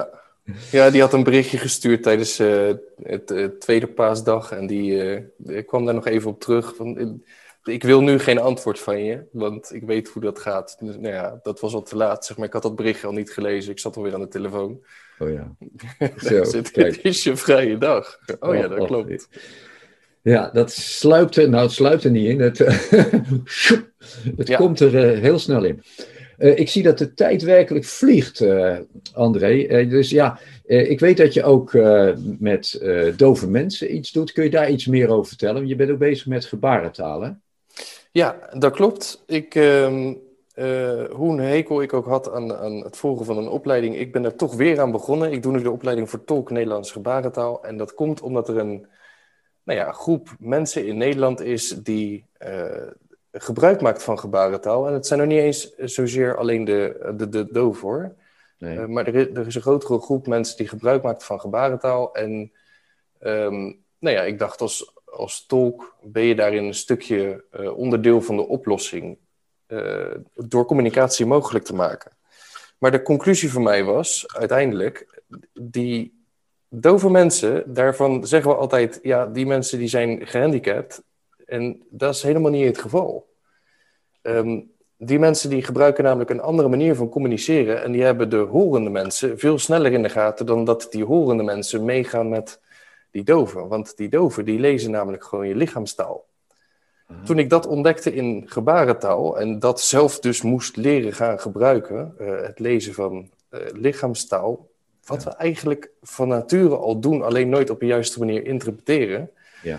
Ja, die had een berichtje gestuurd tijdens het tweede paasdag. En die kwam daar nog even op terug. Van, ik wil nu geen antwoord van je, want ik weet hoe dat gaat. Dus, nou ja, dat was al te laat, zeg maar. Ik had dat berichtje al niet gelezen. Ik zat alweer aan de telefoon. Oh ja, Daar zo, zit, kijk. het is je vrije dag. Oh ja, Oh, dat oh. klopt. Ja, dat sluipt er, nou het sluipt er niet in. Het Ja, komt er heel snel in. Ik zie dat de tijd werkelijk vliegt, André. Dus ja, ik weet dat je ook met dove mensen iets doet. Kun je daar iets meer over vertellen? Je bent ook bezig met gebarentaal, hè? ja, dat klopt. Hoe een hekel ik ook had aan het volgen van een opleiding, ik ben er toch weer aan begonnen. Ik doe nu de opleiding voor tolk Nederlands gebarentaal. En dat komt omdat er een groep mensen in Nederland is die gebruik maakt van gebarentaal. En het zijn nog niet eens zozeer alleen de doof, hoor. Nee. Maar er is een grotere groep mensen die gebruik maakt van gebarentaal. En ik dacht als tolk ben je daarin een stukje onderdeel van de oplossing. Door communicatie mogelijk te maken. Maar de conclusie voor mij was uiteindelijk, die dove mensen, daarvan zeggen we altijd, ja, die mensen die zijn gehandicapt. En dat is helemaal niet het geval. Die mensen die gebruiken namelijk een andere manier van communiceren. En die hebben de horende mensen veel sneller in de gaten dan dat die horende mensen meegaan met die doven. Want die doven die lezen namelijk gewoon je lichaamstaal. Toen ik dat ontdekte in gebarentaal en dat zelf dus moest leren gaan gebruiken, het lezen van lichaamstaal, wat we eigenlijk van nature al doen, alleen nooit op de juiste manier interpreteren, Ja.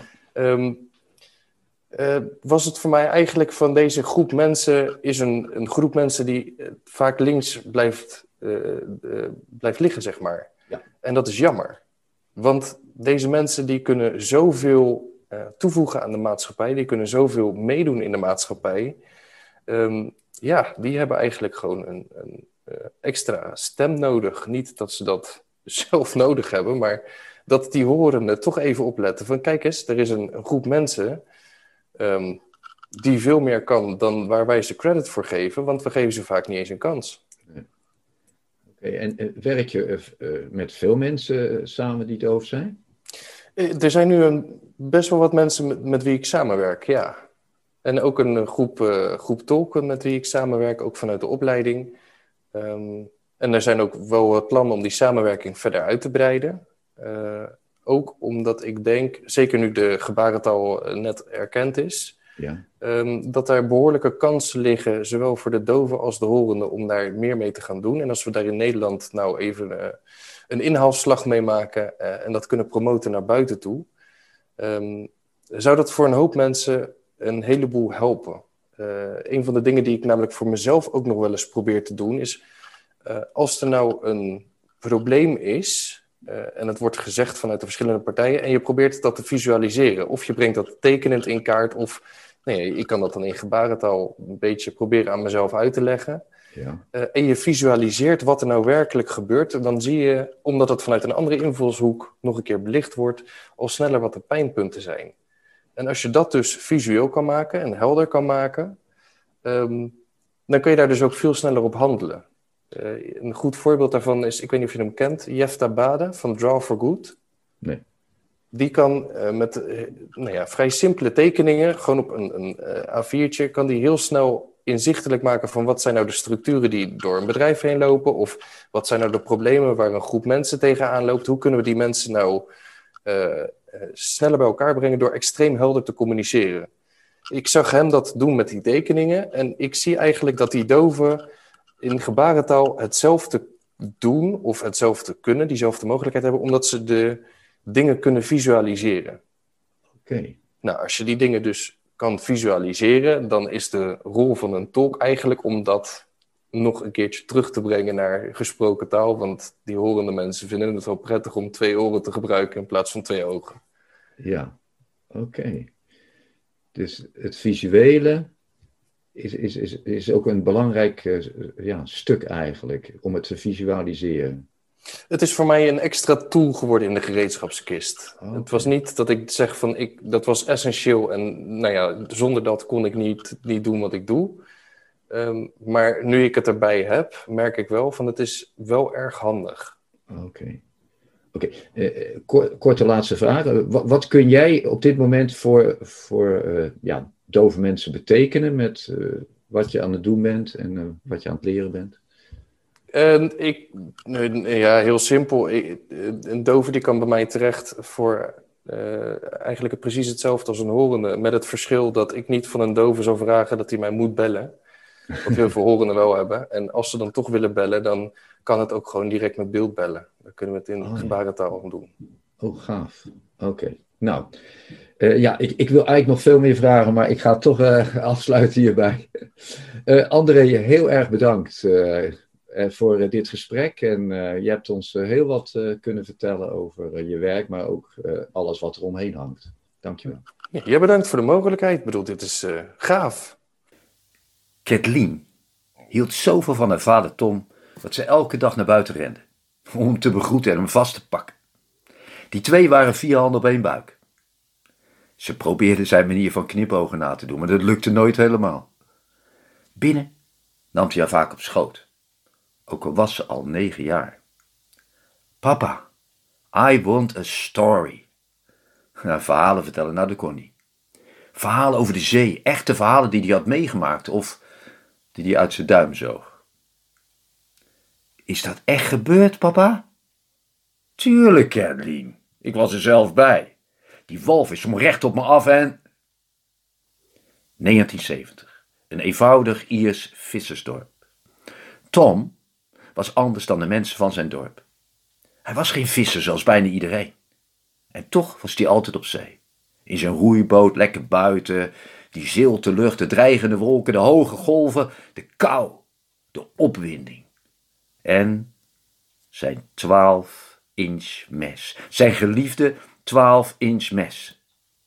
Was het voor mij eigenlijk van deze groep mensen, is een groep mensen die vaak links blijft liggen, zeg maar. Ja. En dat is jammer. Want deze mensen die kunnen zoveel toevoegen aan de maatschappij, die kunnen zoveel meedoen in de maatschappij. Die hebben eigenlijk gewoon een extra stem nodig. Niet dat ze dat zelf nodig hebben, maar dat die horenden toch even opletten van kijk eens, er is een groep mensen die veel meer kan dan waar wij ze credit voor geven, want we geven ze vaak niet eens een kans. Okay, en werk je met veel mensen samen die doof zijn? Er zijn nu best wel wat mensen met wie ik samenwerk, ja. En ook een groep tolken met wie ik samenwerk, ook vanuit de opleiding. En er zijn ook wel wat plannen om die samenwerking verder uit te breiden. Ook omdat ik denk, zeker nu de gebarentaal net erkend is, Ja. dat daar behoorlijke kansen liggen, zowel voor de doven als de horenden, om daar meer mee te gaan doen. En als we daar in Nederland nou even een inhaalslag mee maken en dat kunnen promoten naar buiten toe, zou dat voor een hoop mensen een heleboel helpen. Een van de dingen die ik namelijk voor mezelf ook nog wel eens probeer te doen is, als er nou een probleem is, en het wordt gezegd vanuit de verschillende partijen, en je probeert dat te visualiseren, of je brengt dat tekenend in kaart, of nee, ik kan dat dan in gebarentaal een beetje proberen aan mezelf uit te leggen. Ja. En je visualiseert wat er nou werkelijk gebeurt, dan zie je, omdat het vanuit een andere invalshoek nog een keer belicht wordt, al sneller wat de pijnpunten zijn. En als je dat dus visueel kan maken en helder kan maken, dan kun je daar dus ook veel sneller op handelen. Een goed voorbeeld daarvan is, ik weet niet of je hem kent, Jefta Bade van Draw for Good. Nee. Die kan met vrij simpele tekeningen, gewoon op een A4'tje, kan die heel snel inzichtelijk maken van wat zijn nou de structuren die door een bedrijf heen lopen, of wat zijn nou de problemen waar een groep mensen tegenaan loopt. Hoe kunnen we die mensen nou sneller bij elkaar brengen door extreem helder te communiceren. Ik zag hem dat doen met die tekeningen en ik zie eigenlijk dat die doven in gebarentaal hetzelfde doen of hetzelfde kunnen, diezelfde mogelijkheid hebben, omdat ze de dingen kunnen visualiseren. Oké. Nou, als je die dingen dus kan visualiseren, dan is de rol van een tolk eigenlijk om dat nog een keertje terug te brengen naar gesproken taal, want die horende mensen vinden het wel prettig om 2 oren te gebruiken in plaats van 2 ogen. Ja, oké. Dus het visuele is ook een belangrijk stuk eigenlijk, om het te visualiseren. Het is voor mij een extra tool geworden in de gereedschapskist. Okay. Het was niet dat ik zeg van, dat was essentieel en zonder dat kon ik niet doen wat ik doe. Maar nu ik het erbij heb, merk ik wel van het is wel erg handig. Oké. Oké. Korte laatste vraag. Wat kun jij op dit moment voor dove mensen betekenen met wat je aan het doen bent en wat je aan het leren bent? Ja, heel simpel. Een dove die kan bij mij terecht voor eigenlijk precies hetzelfde als een horende. Met het verschil dat ik niet van een dove zou vragen dat hij mij moet bellen. Wat heel veel horenden wel hebben. En als ze dan toch willen bellen, dan kan het ook gewoon direct met beeld bellen. Dan kunnen we het in gebarentaal doen. Oh, gaaf. Oké. Nou, ik wil eigenlijk nog veel meer vragen, maar ik ga toch afsluiten hierbij. André, heel erg bedankt voor dit gesprek. En je hebt ons heel wat kunnen vertellen over je werk, maar ook alles wat er omheen hangt. Dankjewel. Ja, jij bedankt voor de mogelijkheid. Ik bedoel, dit is gaaf. Kathleen hield zoveel van haar vader Tom dat ze elke dag naar buiten rende om hem te begroeten en hem vast te pakken. Die twee waren 4 handen op 1 buik. Ze probeerde zijn manier van knipogen na te doen, maar dat lukte nooit helemaal. Binnen nam hij haar vaak op schoot, ook al was ze al 9 jaar. Papa, I want a story. Verhalen vertellen, nou dat kon niet. Verhalen over de zee, echte verhalen die hij had meegemaakt of die hij uit zijn duim zoog. Is dat echt gebeurd, papa? Tuurlijk, Kathleen. Ik was er zelf bij. Die walvis zwom recht op me af en... 1970. Een eenvoudig Iers vissersdorp. Tom was anders dan de mensen van zijn dorp. Hij was geen visser zoals bijna iedereen. En toch was hij altijd op zee. In zijn roeiboot, lekker buiten, die zilte lucht, de dreigende wolken, de hoge golven, de kou, de opwinding. En zijn 12-inch mes. Zijn geliefde 12-inch mes.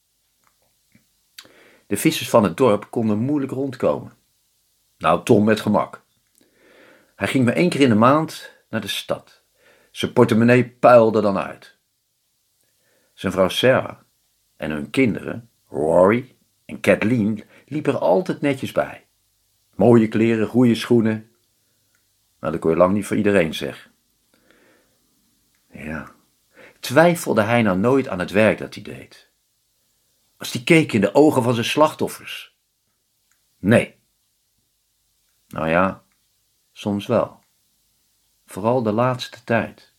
De vissers van het dorp konden moeilijk rondkomen. Nou, Tom met gemak. Hij ging maar 1 keer in de maand naar de stad. Zijn portemonnee puilde dan uit. Zijn vrouw Sarah en hun kinderen, Rory en Kathleen, liepen er altijd netjes bij. Mooie kleren, goede schoenen. Nou, dat kon je lang niet voor iedereen zeggen. Ja, twijfelde hij nou nooit aan het werk dat hij deed? Als hij keek in de ogen van zijn slachtoffers? Nee. Nou ja, soms wel. Vooral de laatste tijd.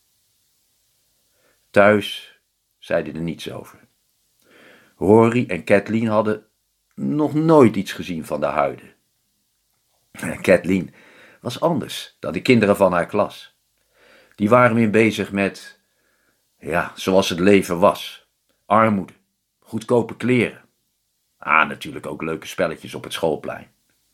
Thuis zeiden er niets over. Rory en Kathleen hadden nog nooit iets gezien van de huiden. Kathleen was anders dan de kinderen van haar klas. Die waren weer bezig met, zoals het leven was. Armoede, goedkope kleren. Natuurlijk ook leuke spelletjes op het schoolplein.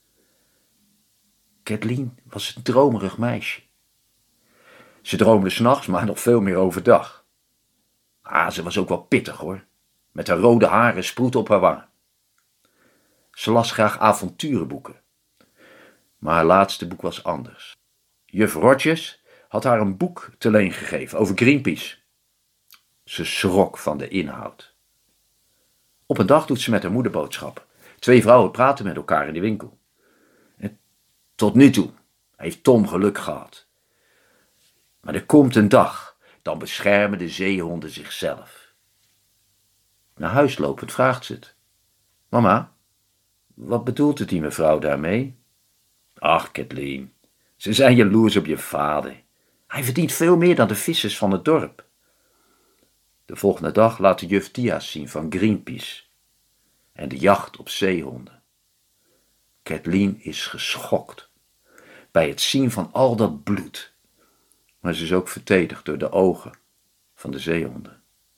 Kathleen was een dromerig meisje. Ze droomde 's nachts, maar nog veel meer overdag. Ze was ook wel pittig hoor. Met haar rode haren sproeten op haar wangen. Ze las graag avonturenboeken. Maar haar laatste boek was anders. Juf Rogers had haar een boek te leen gegeven over Greenpeace. Ze schrok van de inhoud. Op een dag doet ze met haar moeder boodschappen. 2 vrouwen praten met elkaar in de winkel. En tot nu toe heeft Tom geluk gehad. Maar er komt een dag, dan beschermen de zeehonden zichzelf. Naar huis lopend vraagt ze het. Mama, wat bedoelt het die mevrouw daarmee? Ach, Kathleen, ze zijn jaloers op je vader. Hij verdient veel meer dan de vissers van het dorp. De volgende dag laat de juf Dia's zien van Greenpeace en de jacht op zeehonden. Kathleen is geschokt bij het zien van al dat bloed, maar ze is ook vertedigd door de ogen van de zeehonden.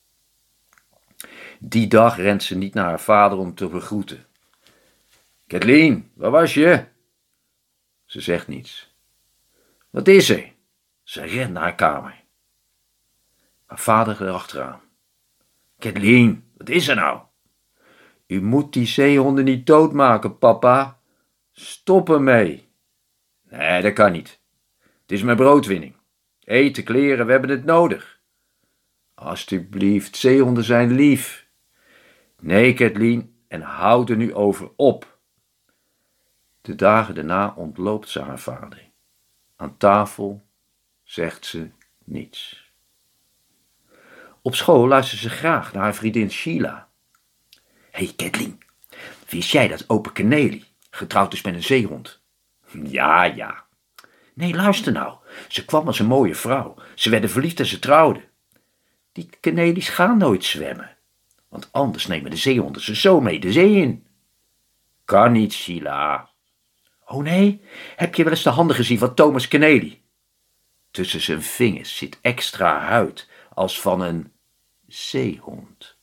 Die dag rent ze niet naar haar vader om te begroeten. Kathleen, waar was je? Ze zegt niets. Wat is er? Ze rent naar haar kamer. Haar vader erachteraan. Kathleen, wat is er nou? U moet die zeehonden niet doodmaken, papa. Stop ermee. Nee, dat kan niet. Het is mijn broodwinning. Eten, kleren, we hebben het nodig. Alsjeblieft, zeehonden zijn lief. Nee, Kathleen, en houd er nu over op. De dagen daarna ontloopt ze haar vader. Aan tafel zegt ze Niets. Op school luisterde ze graag naar haar vriendin Sheila. Hé, Kathleen, wist jij dat opa Cornelie getrouwd is met een zeehond? Ja. Nee, luister nou. Ze kwam als een mooie vrouw. Ze werden verliefd en ze trouwden. Die Cornelies gaan nooit zwemmen. Want anders nemen de zeehonden ze zo mee de zee in. Kan niet, Sheila. Oh nee, heb je wel eens de handen gezien van Thomas Cornelie? Tussen zijn vingers zit extra huid als van een zeehond.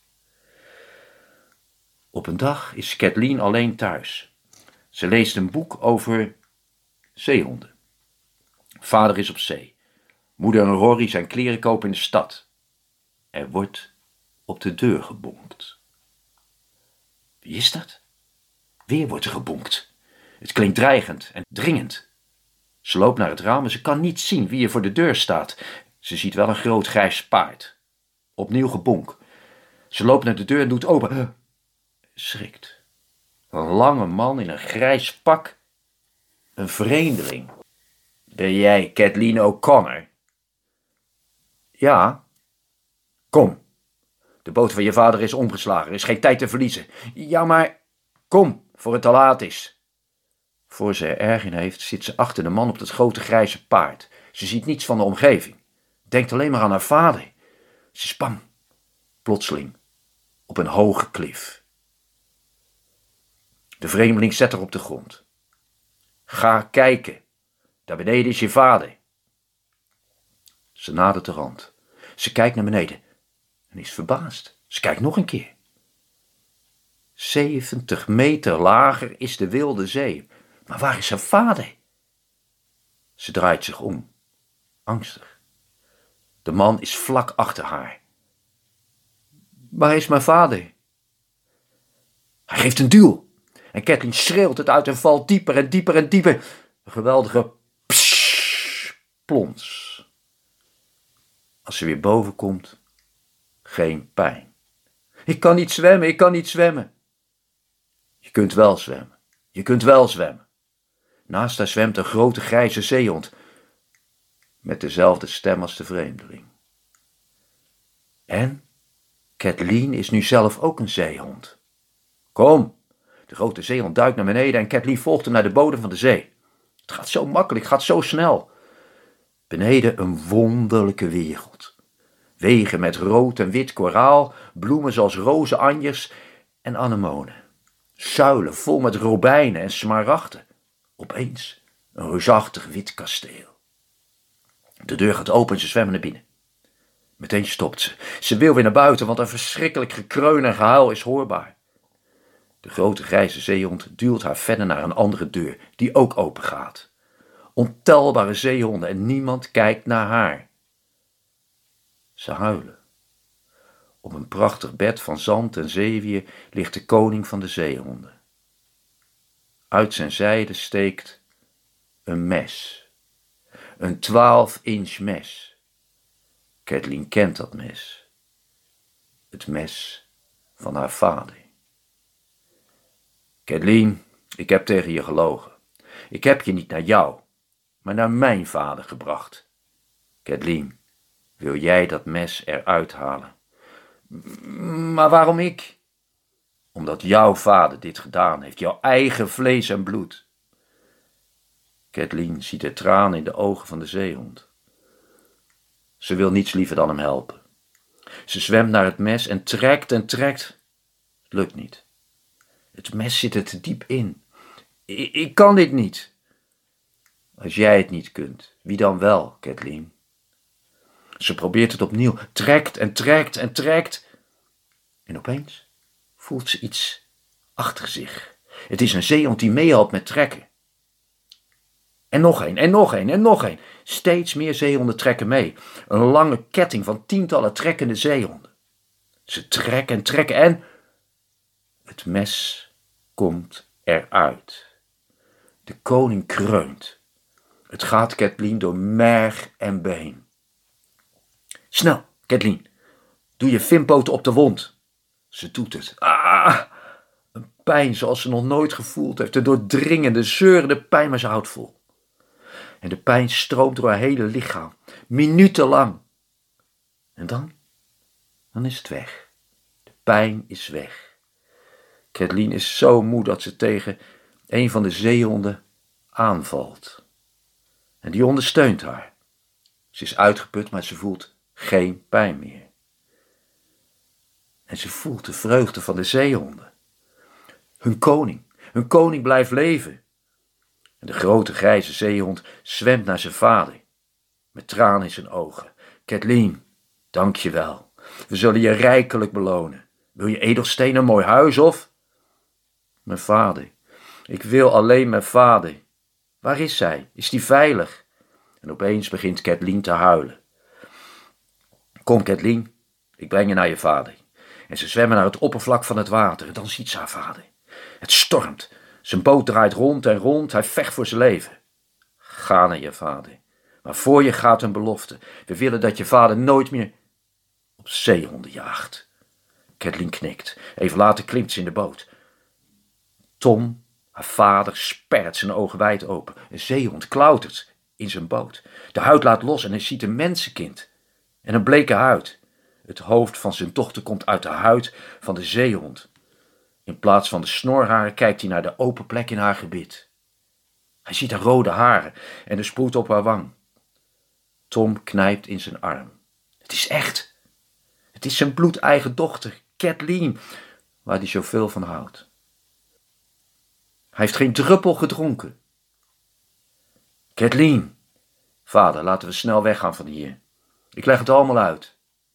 Op een dag is Kathleen alleen thuis. Ze leest een boek over zeehonden. Vader is op zee. Moeder en Rory zijn kleren kopen in de stad. Er wordt op de deur gebonkt. Wie is dat? Weer wordt er gebonkt. Het klinkt dreigend en dringend. Ze loopt naar het raam en ze kan niet zien wie er voor de deur staat. Ze ziet wel een groot grijs paard. Opnieuw gebonk. Ze loopt naar de deur en doet open. Schrikt. Een lange man in een grijs pak. Een vreemdeling. Ben jij Kathleen O'Connor? Ja. Kom. De boot van je vader is omgeslagen. Er is geen tijd te verliezen. Ja, maar kom, voor het te laat is. Voor ze er erg in heeft, zit ze achter de man op dat grote grijze paard. Ze ziet niets van de omgeving. Denkt alleen maar aan haar vader. Ze is bang. Plotseling. Op een hoge klif. De vreemdeling zet haar op de grond. Ga kijken. Daar beneden is je vader. Ze nadert de rand. Ze kijkt naar beneden en is verbaasd. Ze kijkt nog een keer. 70 meter lager is de wilde zee. Maar waar is haar vader? Ze draait zich om, angstig. De man is vlak achter haar. Waar is mijn vader? Hij geeft een duw. En Kathleen schreeuwt het uit en valt dieper en dieper en dieper. Een geweldige plons. Als ze weer boven komt, geen pijn. Ik kan niet zwemmen, ik kan niet zwemmen. Je kunt wel zwemmen, je kunt wel zwemmen. Naast haar zwemt een grote grijze zeehond, met dezelfde stem als de vreemdeling. En Kathleen is nu zelf ook een zeehond. Kom, de grote zeehond duikt naar beneden en Kathleen volgt hem naar de bodem van de zee. Het gaat zo makkelijk, het gaat zo snel. Beneden een wonderlijke wereld. Wegen met rood en wit koraal, bloemen zoals roze anjers en anemonen. Zuilen vol met robijnen en smaragden. Opeens een reusachtig wit kasteel. De deur gaat open en ze zwemmen naar binnen. Meteen stopt ze. Ze wil weer naar buiten, want een verschrikkelijk gekreun en gehuil is hoorbaar. De grote grijze zeehond duwt haar verder naar een andere deur, die ook open gaat. Ontelbare zeehonden en niemand kijkt naar haar. Ze huilen. Op een prachtig bed van zand en zeewier ligt de koning van de zeehonden. Uit zijn zijde steekt een mes. Een 12-inch mes. Kathleen kent dat mes. Het mes van haar vader. Kathleen, ik heb tegen je gelogen. Ik heb je niet naar jou, maar naar mijn vader gebracht. Kathleen, wil jij dat mes eruit halen? Maar waarom ik? Omdat jouw vader dit gedaan heeft, jouw eigen vlees en bloed. Kathleen ziet de tranen in de ogen van de zeehond. Ze wil niets liever dan hem helpen. Ze zwemt naar het mes en trekt en trekt. Het lukt niet. Het mes zit er te diep in. Ik kan dit niet. Als jij het niet kunt, wie dan wel, Kathleen? Ze probeert het opnieuw, trekt en trekt en trekt. En opeens voelt ze iets achter zich. Het is een zeehond die meehelpt met trekken. En nog een, en nog een, en nog een. Steeds meer zeehonden trekken mee. Een lange ketting van tientallen trekkende zeehonden. Ze trekken en trekken en het mes komt eruit. De koning kreunt. Het gaat Kathleen door merg en been. Snel, Kathleen, doe je vinpoten op de wond. Ze doet het. Een pijn zoals ze nog nooit gevoeld heeft. Een doordringende, zeurende pijn, maar ze houdt vol. En de pijn stroomt door haar hele lichaam, minutenlang. En dan is het weg. De pijn is weg. Kathleen is zo moe dat ze tegen een van de zeehonden aanvalt. En die ondersteunt haar. Ze is uitgeput, maar ze voelt geen pijn meer. En ze voelt de vreugde van de zeehonden. Hun koning blijft leven. En de grote grijze zeehond zwemt naar zijn vader, met tranen in zijn ogen. Kathleen, dank je wel. We zullen je rijkelijk belonen. Wil je edelstenen, een mooi huis of? Mijn vader. Ik wil alleen mijn vader. Waar is zij? Is die veilig? En opeens begint Kathleen te huilen. Kom Kathleen, ik breng je naar je vader. En ze zwemmen naar het oppervlak van het water. En dan ziet ze haar vader. Het stormt. Zijn boot draait rond en rond. Hij vecht voor zijn leven. Ga naar je vader. Maar voor je gaat een belofte. We willen dat je vader nooit meer op zeehonden jaagt. Kathleen knikt. Even later klimt ze in de boot. Tom, haar vader, spert zijn ogen wijd open. Een zeehond klautert in zijn boot. De huid laat los en hij ziet een mensenkind. En een bleke huid. Het hoofd van zijn dochter komt uit de huid van de zeehond. In plaats van de snorharen kijkt hij naar de open plek in haar gebit. Hij ziet haar rode haren en de sproet op haar wang. Tom knijpt in zijn arm. Het is echt. Het is zijn bloedeigen dochter, Kathleen, waar hij zoveel van houdt. Hij heeft geen druppel gedronken. Kathleen, vader, laten we snel weggaan van hier. Ik leg het allemaal uit.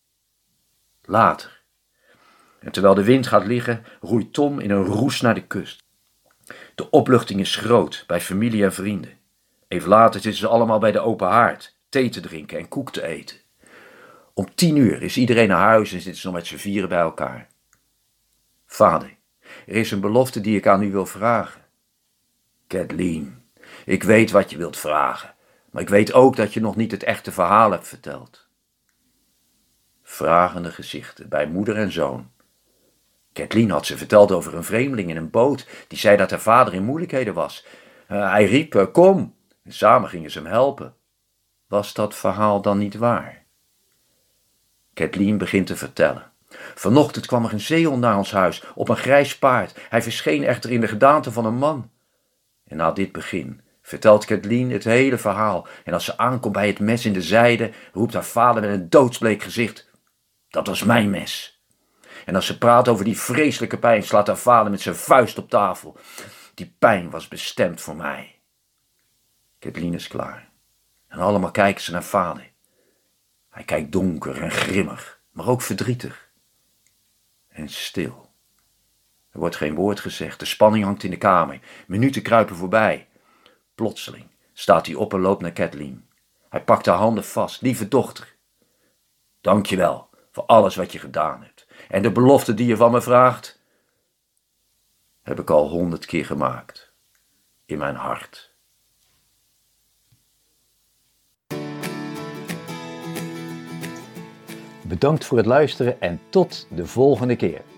Later. En terwijl de wind gaat liggen, roeit Tom in een roes naar de kust. De opluchting is groot bij familie en vrienden. Even later zitten ze allemaal bij de open haard, thee te drinken en koek te eten. Om 10:00 is iedereen naar huis en zitten ze nog met z'n vieren bij elkaar. Vader, er is een belofte die ik aan u wil vragen. Kathleen, ik weet wat je wilt vragen, maar ik weet ook dat je nog niet het echte verhaal hebt verteld. Vragende gezichten bij moeder en zoon. Kathleen had ze verteld over een vreemdeling in een boot die zei dat haar vader in moeilijkheden was. Hij riep, kom, en samen gingen ze hem helpen. Was dat verhaal dan niet waar? Kathleen begint te vertellen. Vanochtend kwam er een zeehond naar ons huis, op een grijs paard. Hij verscheen echter in de gedaante van een man. En na dit begin vertelt Kathleen het hele verhaal. En als ze aankomt bij het mes in de zijde, roept haar vader met een doodsbleek gezicht. Dat was mijn mes. En als ze praat over die vreselijke pijn, slaat haar vader met zijn vuist op tafel. Die pijn was bestemd voor mij. Kathleen is klaar. En allemaal kijken ze naar vader. Hij kijkt donker en grimmig, maar ook verdrietig. En stil. Er wordt geen woord gezegd, de spanning hangt in de kamer. Minuten kruipen voorbij. Plotseling staat hij op en loopt naar Kathleen. Hij pakt haar handen vast. Lieve dochter, dank je wel voor alles wat je gedaan hebt. En de belofte die je van me vraagt, heb ik al 100 keer gemaakt. In mijn hart. Bedankt voor het luisteren en tot de volgende keer.